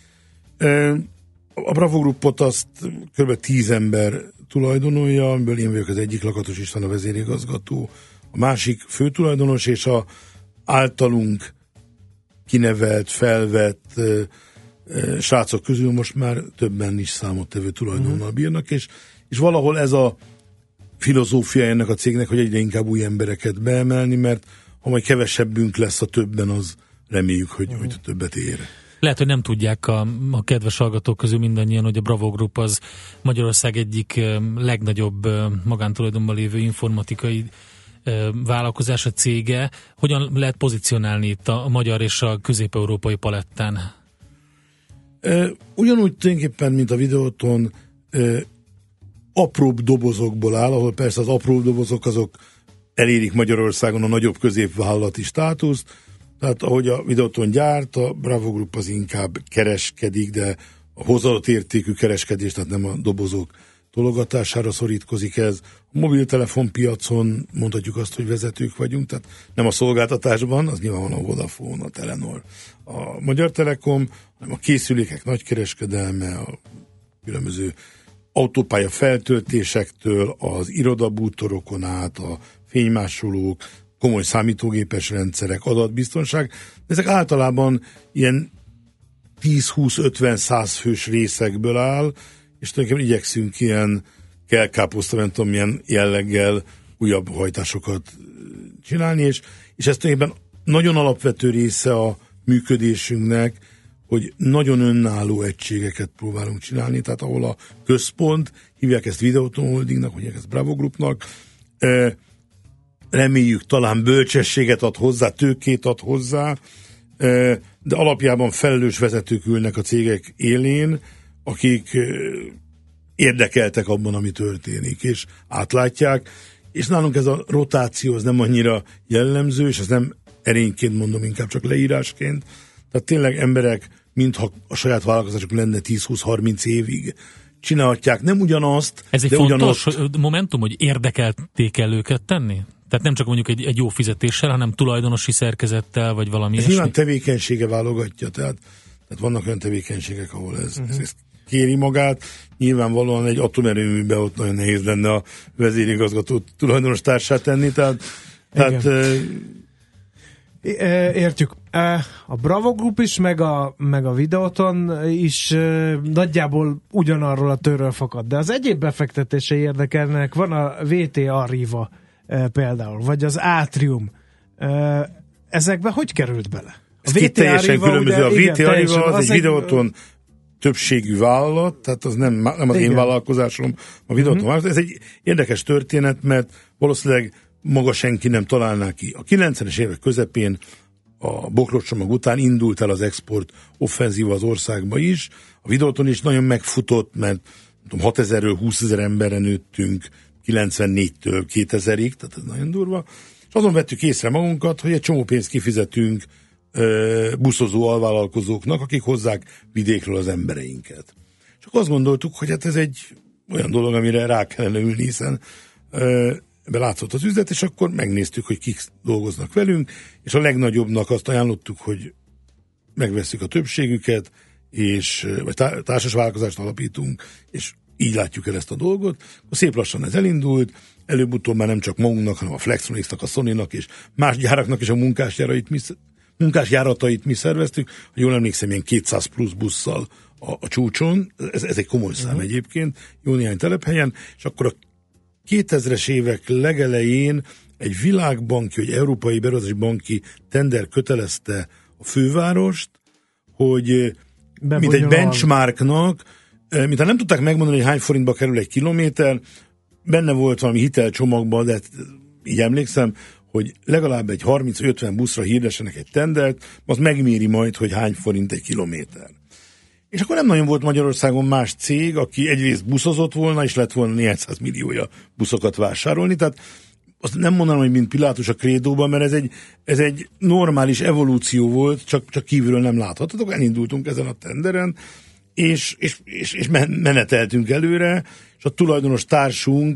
A Bravo Groupot azt kb. 10 ember tulajdonolja, amiből én vagyok az egyik, Lakatos István a vezérigazgató, a másik főtulajdonos, és a általunk kinevelt, felvett srácok közül most már többen is számottevő tulajdonnal bírnak, és valahol ez a filozófia ennek a cégnek, hogy egyre inkább új embereket beemelni, mert ha majd kevesebbünk lesz a többen, az reméljük, hogy többet ér. Lehet, hogy nem tudják a kedves hallgatók közül mindannyian, hogy a Bravo Group az Magyarország egyik legnagyobb magántulajdonban lévő informatikai vállalkozása, cége. Hogyan lehet pozícionálni itt a magyar és a közép-európai palettán? Ugyanúgy tulajdonképpen, mint a Videóton, apróbb dobozokból áll, ahol persze az apróbb dobozok azok elérik Magyarországon a nagyobb középvállalati státuszt, tehát ahogy a Videóton gyárt, a Bravo Group az inkább kereskedik, de a hozzáadott értékű kereskedés, tehát nem a dobozok tologatására szorítkozik ez. A mobiltelefonpiacon mondhatjuk azt, hogy vezetők vagyunk, tehát nem a szolgáltatásban, az nyilván van a Vodafone, a Telenor, a Magyar Telekom, hanem a készülékek nagykereskedelme, a különböző autópálya feltöltésektől, az irodabútorokon át, a fénymásolók, komoly számítógépes rendszerek, adatbiztonság. Ezek általában ilyen 10-20-50-100 fős részekből áll, és tulajdonképpen igyekszünk ilyen kelkáposzta, nem tudom, milyen jelleggel újabb hajtásokat csinálni, és ez tulajdonképpen nagyon alapvető része a működésünknek, hogy nagyon önálló egységeket próbálunk csinálni, tehát ahol a központ, hívják ezt Videoton Holdingnak, hívják ezt Bravo Groupnak, reméljük talán bölcsességet ad hozzá, tőkét ad hozzá, de alapjában felelős vezetők ülnek a cégek élén, akik érdekeltek abban, ami történik, és átlátják, és nálunk ez a rotáció az nem annyira jellemző, és ez nem erényként mondom, inkább csak leírásként. Tehát tényleg emberek, mintha a saját vállalkozásuk lenne 10-20-30 évig csinálhatják, nem ugyanazt, ez egy de fontos momentum, hogy érdekelték el őket tenni? Tehát nem csak mondjuk egy jó fizetéssel, hanem tulajdonosi szerkezettel, vagy valami ez ilyesmi? nyilván tevékenysége válogatja, tehát vannak olyan tevékenységek, ahol ez kéri magát. Nyilvánvalóan egy atomerőműbe ott nagyon nehéz lenne a vezérigazgató tulajdonos társát tenni, tehát értjük. A Bravo Group is, meg a Videoton is nagyjából ugyanarról a törről fakad, de az egyéb befektetései érdekelnek. Van a VT Arriva például, vagy az Atrium. Ezekbe hogy került bele? Ez két teljesen különböző. A VT Arriva az egy Videoton többségű vállalat, tehát az nem az én vállalkozásom, a Videoton. Ez egy érdekes történet, mert valószínűleg maga senki nem találná ki. A 90-es évek közepén a bokroscsomag után indult el az export offenzíva az országba is. A Videoton is nagyon megfutott, mert 6000-ről 20 000 emberre nőttünk 94-től 2000-ig, tehát ez nagyon durva. És azon vettük észre magunkat, hogy egy csomó pénzt kifizetünk buszozó alvállalkozóknak, akik hozzák vidékről az embereinket. És akkor azt gondoltuk, hogy hát ez egy olyan dolog, amire rá kellene ülni, hiszen ebbe látszott az üzlet, és akkor megnéztük, hogy kik dolgoznak velünk, és a legnagyobbnak azt ajánlottuk, hogy megvesszük a többségüket, és vagy társas vállalkozást alapítunk, és így látjuk el ezt a dolgot. Szép lassan ez elindult, előbb-utóbb már nem csak magunknak, hanem a Flextronicsnak, a Sony-nak és más gyáraknak is a munkásjáratait mi szerveztük. Ha jól emlékszem, ilyen 200 plusz busszal a csúcson, ez egy komoly szám egyébként, jó néhány telephelyen, és akkor a 2000-es évek legelején egy világbanki, vagy európai beruházási banki tender kötelezte a fővárost, hogy mint egy benchmarknak, mintha nem tudták megmondani, hogy hány forintba kerül egy kilométer, benne volt valami hitelcsomagban, de így emlékszem, hogy legalább egy 30-50 buszra hirdessenek egy tendert, az megméri majd, hogy hány forint egy kilométer. És akkor nem nagyon volt Magyarországon más cég, aki egyrészt buszozott volna, és lett volna 400 milliója buszokat vásárolni, tehát azt nem mondanám, hogy mint Pilátus a krédóban, mert ez egy normális evolúció volt, csak kívülről nem láthatók. Elindultunk ezen a tenderen, és meneteltünk előre, és a tulajdonos társunk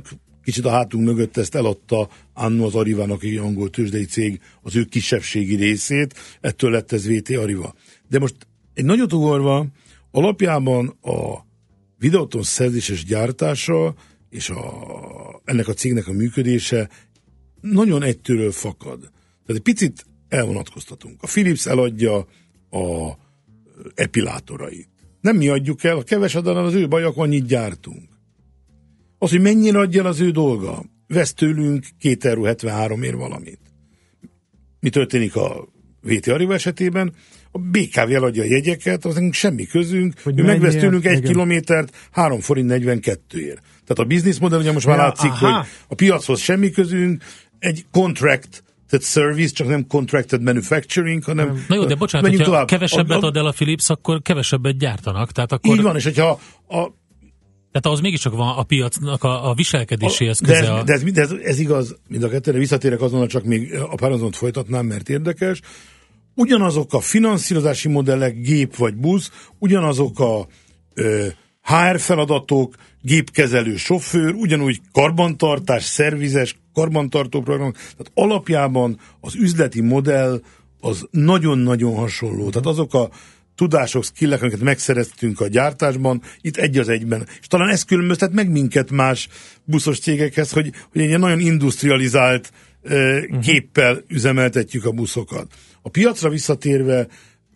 kicsit a hátunk mögött ezt eladta anno az Arrivának, egy angol tőzsdei cég, az ő kisebbségi részét, ettől lett ez VT Arriva. De most egy nagyot ugorva, alapjában a Videoton szerzéses gyártása és ennek a cégnek a működése nagyon egytőről fakad. Tehát egy picit elvonatkoztatunk. A Philips eladja a epilátorait. Nem mi adjuk el, a keveset az ő baj, akkor annyit gyártunk. Az, hogy mennyire adja el az ő dolga, vesz tőlünk 2,73 € valamit. Mi történik a VT Arriva esetében? A BKV eladja a jegyeket, az nekünk semmi közünk, hogy ő megvesz tőlünk 1 kilométert 3 forint 42-ért. Tehát a businessmodell ugye most már látszik, hogy a piachoz semmi közünk, egy contract, tehát service, csak nem contracted manufacturing, hanem... Na jó, de bocsánat, hogyha tovább. Kevesebbet ad el a Philips, akkor kevesebbet gyártanak. Tehát akkor... Így van, és hogyha tehát ahhoz mégiscsak van a piacnak a viselkedéséhez köze. De ez igaz, mind a kettőre visszatérek azonnal, csak még a párhuzamot folytatnám, mert érdekes. Ugyanazok a finanszírozási modellek, gép vagy busz, ugyanazok a HR feladatok, gépkezelő sofőr, ugyanúgy karbantartás, szervizes, karbantartó program. Tehát alapjában az üzleti modell az nagyon-nagyon hasonló. Tehát azok a tudások, skillek, amiket megszereztünk a gyártásban, itt egy az egyben. És talán ez különböztet meg minket más buszos cégekhez, hogy egy ilyen nagyon industrializált géppel üzemeltetjük a buszokat. A piacra visszatérve,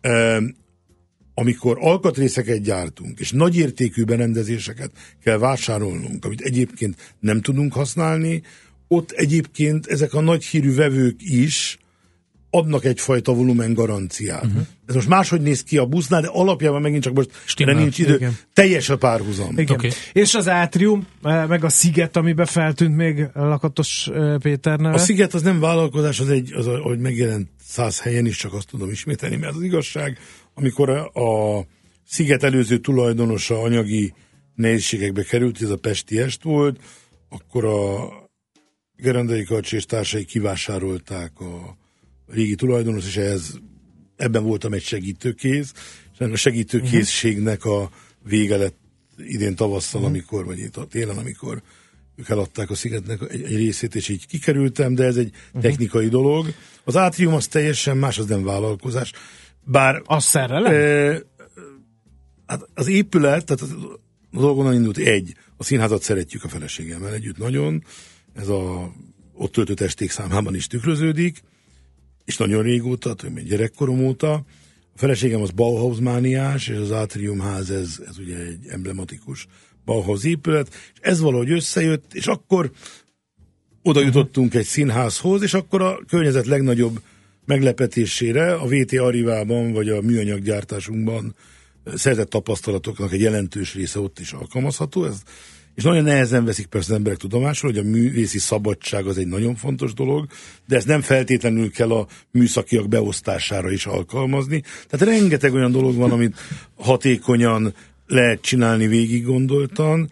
amikor alkatrészeket gyártunk, és nagyértékű berendezéseket kell vásárolnunk, amit egyébként nem tudunk használni, ott egyébként ezek a nagyhírű vevők is adnak egyfajta volumen garanciát. Ez most máshogy néz ki a busznál, de alapjában megint csak most nincs idő. Igen. Teljes a párhuzam. Okay. És az Átrium, meg a Sziget, amiben feltűnt még Lakatos Péter neve. A Sziget az nem vállalkozás, az ahogy megjelent 100 helyen is, csak azt tudom ismételni, mert az igazság, amikor a Sziget előző tulajdonosa anyagi nehézségekbe került, ez a Pesti Est volt, akkor a Gerendai Karcsi és társai kivásárolták a régi tulajdonos, és ebben voltam egy segítőkész, és a segítőkészségnek a vége lett idén tavasszal, amikor, vagy itt a télen, amikor ők eladták a Szigetnek egy részét, és így kikerültem, de ez egy technikai dolog. Az Átrium az teljesen más, az nem vállalkozás. Bár az szerelem? Hát az épület, tehát a dolgon indult a színházat szeretjük a feleségemmel együtt nagyon, ez ott töltött esték számában is tükröződik, és nagyon régóta, még gyerekkorom óta. A feleségem az Bauhaus mániás, és az Átrium ház, ez ugye egy emblematikus Bauhaus épület, és ez valahogy összejött, és akkor oda jutottunk egy színházhoz, és akkor a környezet legnagyobb meglepetésére a VT Arrivában, vagy a műanyaggyártásunkban szerzett tapasztalatoknak egy jelentős része ott is alkalmazható, és nagyon nehezen veszik persze az emberek tudomásul, hogy a művészi szabadság az egy nagyon fontos dolog, de ezt nem feltétlenül kell a műszakiak beosztására is alkalmazni. Tehát rengeteg olyan dolog van, amit hatékonyan lehet csinálni végig gondoltan.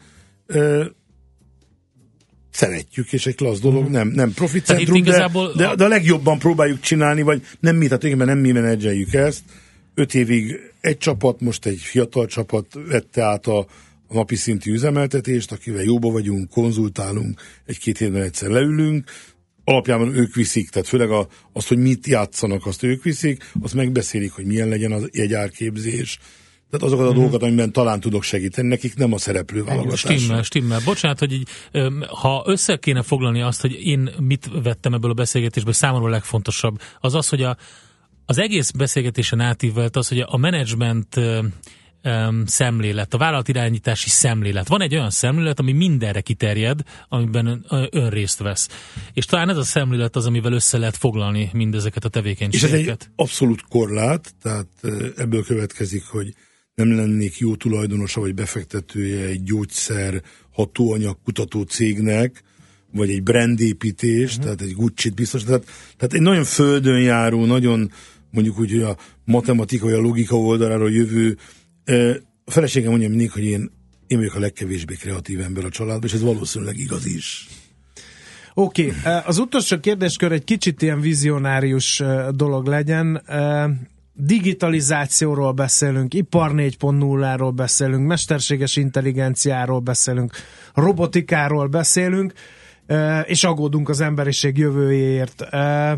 Szeretjük, és egy klassz dolog, nem profitcentrum, de a legjobban próbáljuk csinálni, vagy nem mi, tehát nem mi menedzseljük ezt. 5 évig egy csapat, most egy fiatal csapat vette át a napi szintű üzemeltetést, akivel jóba vagyunk, konzultálunk, 1-2 hétben egyszer leülünk, alapjában ők viszik, tehát főleg azt, hogy mit játszanak, azt ők viszik, azt megbeszélik, hogy milyen legyen az jegyárképzés, tehát azokat a dolgokat, amiben talán tudok segíteni, nekik nem a szereplőválogatás. Stimmel. Bocsánat, hogy így, ha össze kéne foglalni azt, hogy én mit vettem ebből a beszélgetésből, számomra a legfontosabb, az, hogy az egész beszélgetésen átívelt az, hogy a menedzsment szemlélet, a vállalatirányítási szemlélet. Van egy olyan szemlélet, ami mindenre kiterjed, amiben ön részt vesz. És talán ez a szemlélet az, amivel össze lehet foglalni mindezeket a tevékenységeket. És ez egy abszolút korlát, tehát ebből következik, hogy nem lennék jó tulajdonosa vagy befektetője egy gyógyszer hatóanyag kutató cégnek, vagy egy brandépítés, tehát egy Gucci-t biztos. Tehát egy nagyon földön járó, nagyon mondjuk úgy, hogy a matematika vagy a logika oldaláról jövő. A feleségem mondja mindig, hogy én vagyok a legkevésbé kreatív ember a családban, és ez valószínűleg igaz is. Oké. Az utolsó kérdéskör egy kicsit ilyen vizionárius dolog legyen. Digitalizációról beszélünk, ipar 4.0-ról beszélünk, mesterséges intelligenciáról beszélünk, robotikáról beszélünk, és aggódunk az emberiség jövőjéért.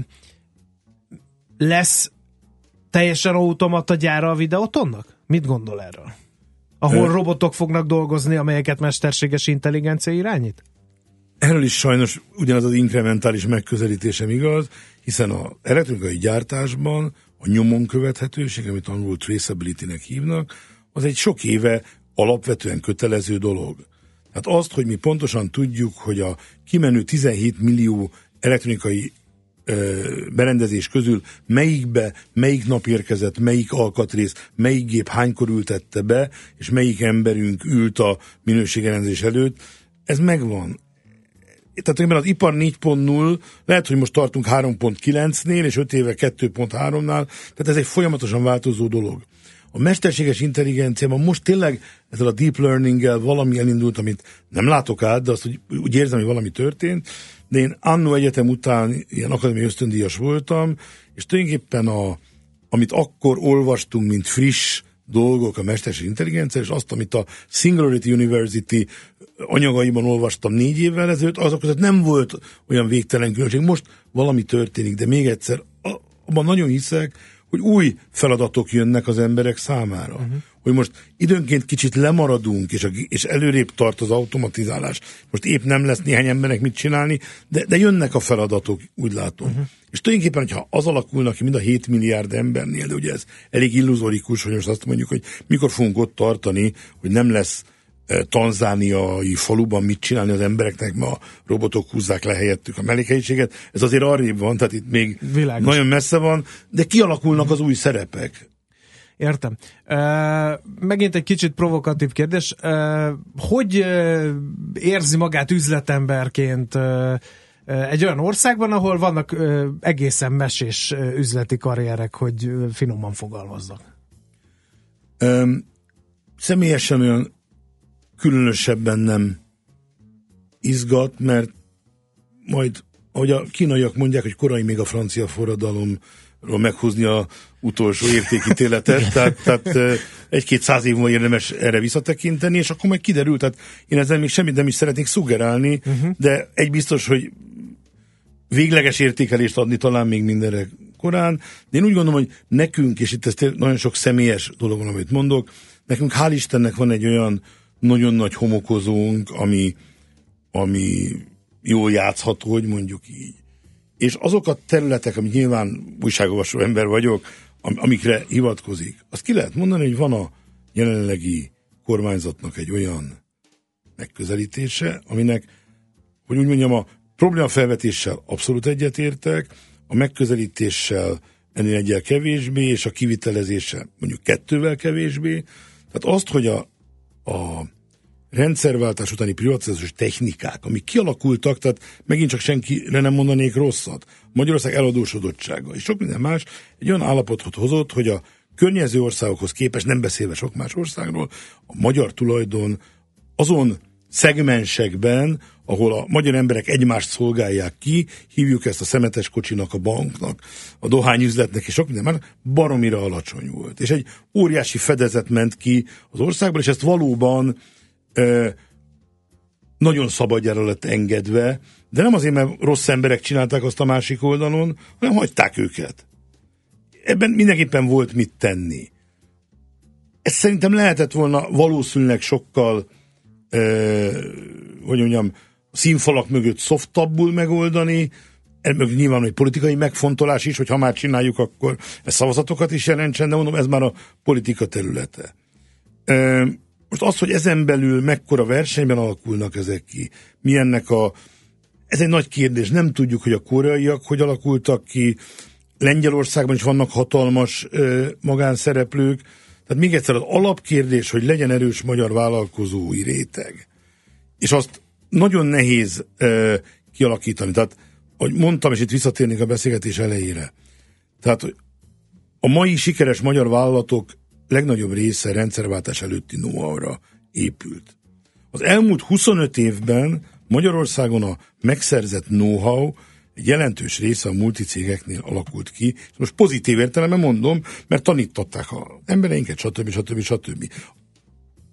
Lesz teljesen automata gyára a Videotonnak? Mit gondol erről? Ahol robotok fognak dolgozni, amelyeket mesterséges intelligencia irányít? Erről is sajnos ugyanaz az inkrementális megközelítésem igaz, hiszen az elektronikai gyártásban a nyomon követhetőség, amit angolul traceability-nek hívnak, az egy sok éve alapvetően kötelező dolog. Tehát azt, hogy mi pontosan tudjuk, hogy a kimenő 17 millió elektronikai berendezés közül melyik nap érkezett, melyik alkatrész, melyik gép hánykor ültette be, és melyik emberünk ült a minőségellenőrzés előtt, ez megvan. Tehát az ipar 4.0, lehet, hogy most tartunk 3.9-nél, és 5 éve 2.3-nál, tehát ez egy folyamatosan változó dolog. A mesterséges intelligenciában most tényleg ezzel a deep learning-gel valami elindult, amit nem látok át, de azt úgy érzem, hogy valami történt, de én annó egyetem után ilyen akadémiai ösztöndíjas voltam, és tulajdonképpen amit akkor olvastunk, mint friss dolgok a mesterséges intelligencia, és azt, amit a Singularity University anyagaiban olvastam 4 évvel ezelőtt, azok között nem volt olyan végtelen különbség. Most valami történik, de még egyszer, abban nagyon hiszek, hogy új feladatok jönnek az emberek számára. Hogy most időnként kicsit lemaradunk, és előrébb tart az automatizálás. Most épp nem lesz néhány embernek mit csinálni, de jönnek a feladatok, úgy látom. És tulajdonképpen, hogyha az alakulnak ki mind a 7 milliárd embernél, de ugye ez elég illuzorikus, hogy most azt mondjuk, hogy mikor fogunk ott tartani, hogy nem lesz tanzániai faluban mit csinálni az embereknek, ma a robotok húzzák le helyettük a mellékhelyiséget. Ez azért arrébb van, tehát itt még világos. Nagyon messze van, de kialakulnak az új szerepek. Értem. Megint egy kicsit provokatív kérdés. Hogy érzi magát üzletemberként egy olyan országban, ahol vannak egészen mesés üzleti karrierek, hogy finoman fogalmazzak? Személyesen olyan különösebben nem izgat, mert majd, ahogy a kínaiak mondják, hogy korai még a francia forradalomról meghúzni a utolsó értékítéletet, tehát 1-200 év múlva érdemes erre visszatekinteni, és akkor majd kiderült, tehát én ezzel még semmit nem is szeretnék szuggerálni, de egy biztos, hogy végleges értékelést adni talán még mindenre korán, de én úgy gondolom, hogy nekünk, és itt ez nagyon sok személyes dolog van, amit mondok, nekünk hál' Istennek van egy olyan nagyon nagy homokozónk, ami jól játszható, hogy mondjuk így. És azok a területek, amik nyilván újságolvasó ember vagyok, amikre hivatkozik, azt ki lehet mondani, hogy van a jelenlegi kormányzatnak egy olyan megközelítése, aminek, hogy úgy mondjam, a problémafelvetéssel abszolút egyetértek, a megközelítéssel ennél egyel kevésbé, és a kivitelezéssel mondjuk 2-vel kevésbé. Tehát azt, hogy a rendszerváltás utáni privatizációs technikák, amik kialakultak, tehát megint csak senkire nem mondanék rosszat. Magyarország eladósodottsága és sok minden más egy olyan állapotot hozott, hogy a környező országokhoz képest, nem beszélve sok más országról, a magyar tulajdon azon szegmensekben, ahol a magyar emberek egymást szolgálják ki, hívjuk ezt a szemetes kocsinak, a banknak, a dohányüzletnek és sok minden más, baromira alacsony volt. És egy óriási fedezet ment ki az országból, és ezt valóban nagyon szabadjára lett engedve, de nem azért, mert rossz emberek csinálták azt a másik oldalon, hanem hagyták őket. Ebben mindenképpen volt mit tenni. Ez szerintem lehetett volna valószínűleg sokkal hogy mondjam, színfalak mögött szoftabbul megoldani, mögött nyilván egy politikai megfontolás is, hogy ha már csináljuk, akkor ez szavazatokat is jelentsen, de mondom, ez már a politika területe. Most az, hogy ezen belül mekkora versenyben alakulnak ezek ki, ez egy nagy kérdés, nem tudjuk, hogy a koreaiak hogy alakultak ki, Lengyelországban is vannak hatalmas magánszereplők, tehát még egyszer az alapkérdés, hogy legyen erős magyar vállalkozói réteg. És azt nagyon nehéz kialakítani. Tehát, ahogy mondtam, és itt visszatérnék a beszélgetés elejére. Tehát a mai sikeres magyar vállalatok legnagyobb része rendszerváltás előtti know-how-ra épült. Az elmúlt 25 évben Magyarországon a megszerzett know-how egy jelentős része a multicégeknél alakult ki, és most pozitív értelemben mondom, mert tanítatták az embereinket, stb.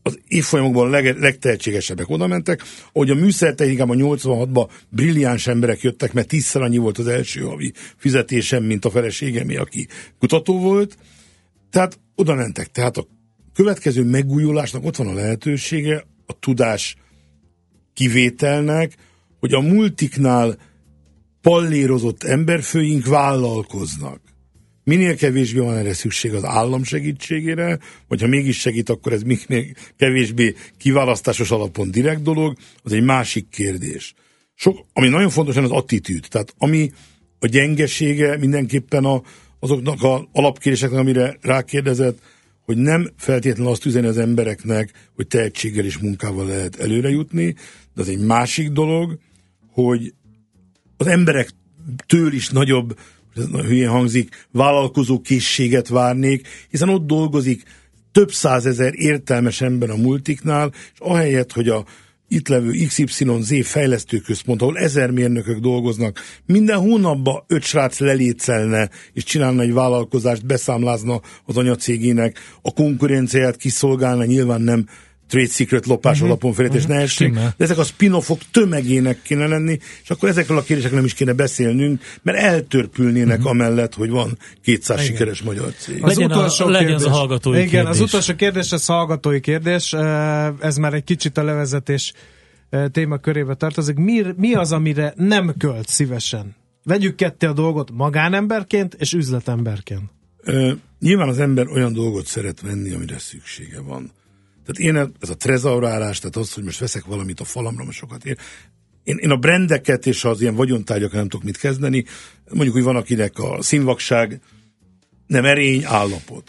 az évfolyamokban a legtehetségesebbek oda mentek, ahogy a műszertechnikában 86-ban brilliáns emberek jöttek, mert 10-szer annyi volt az első havi fizetésem, mint a feleségemé, aki kutató volt. Tehát oda mentek. Tehát a következő megújulásnak ott van a lehetősége, a tudás kivételnek, hogy a multiknál pallérozott emberfőink vállalkoznak. Minél kevésbé van erre szükség az állam segítségére, vagy ha mégis segít, akkor ez minél kevésbé kiválasztásos alapon direkt dolog, az egy másik kérdés. Ami nagyon fontos, az attitűd. Tehát ami a gyengesége mindenképpen azoknak az alapkérdéseknek, amire rákérdezett, hogy nem feltétlenül azt üzeni az embereknek, hogy tehetséggel és munkával lehet előre jutni, de az egy másik dolog, hogy az emberektől is nagyobb, ez hülyén hangzik, vállalkozó készséget várnék, hiszen ott dolgozik több százezer értelmes ember a multiknál, és ahelyett, hogy a itt levő XYZ fejlesztőközpont, ahol 1000 mérnökök dolgoznak, minden hónapban 5 srác lelécelne, és csinálna egy vállalkozást, beszámlázna az anyacégének, a konkurenciáját kiszolgálna, nyilván nem trade secret lopás alapon felét, ne essék, de ezek a spin-offok tömegének kéne lenni, és akkor ezekről a kérdésekről nem is kéne beszélnünk, mert eltörpülnének amellett, hogy van 200 sikeres magyar cég. Legyen az a hallgatói kérdés. Igen, az utolsó kérdés, az hallgatói kérdés, ez már egy kicsit a levezetés témakörébe tartozik. Mi az, amire nem költ szívesen? Vegyük ketté a dolgot magánemberként és üzletemberként. Nyilván az ember olyan dolgot szeret venni, amire szüksége van. Tehát ez a trezaurálás, tehát az, hogy most veszek valamit a falamra, most sokat ér. Én a brandeket és az ilyen vagyontárgyakkal nem tudok mit kezdeni. Mondjuk, hogy van akinek a színvakság nem erény állapot.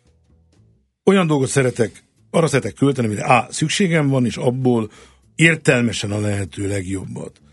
Olyan dolgot arra szeretek költeni, amire szükségem van, és abból értelmesen a lehető legjobbat.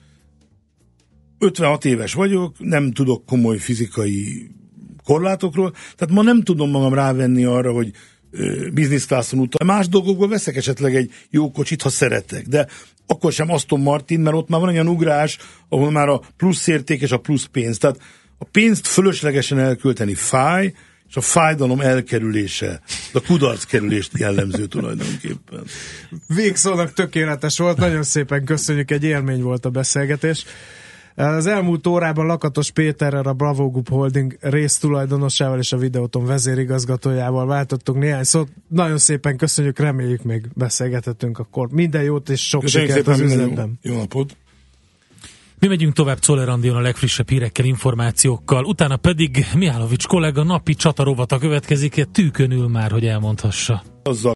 56 éves vagyok, nem tudok komoly fizikai korlátokról, tehát ma nem tudom magam rávenni arra, hogy business classon utal. Más dolgokból veszek esetleg egy jó kocsit, ha szeretek, de akkor sem Aston Martin, mert ott már van olyan ugrás, ahol már a plusz érték és a plusz pénz. Tehát a pénzt fölöslegesen elkölteni fáj, és a fájdalom elkerülése, a kudarckerülést jellemző tulajdonképpen. Végszónak tökéletes volt, nagyon szépen köszönjük, egy élmény volt a beszélgetés. Az elmúlt órában Lakatos Péterrel, a Bravo Group Holding résztulajdonosával és a Videoton vezérigazgatójával váltottunk néhány szót. Nagyon szépen köszönjük, reméljük még beszélgethetünk akkor. Minden jót és sok sikert az üzletben. Jó napot! Mi megyünk tovább Czoller Andón a legfrissebb hírekkel, információkkal, utána pedig Mihálovics kollega napi csatarovata következik, tűkön ül már, hogy elmondhassa. Azzal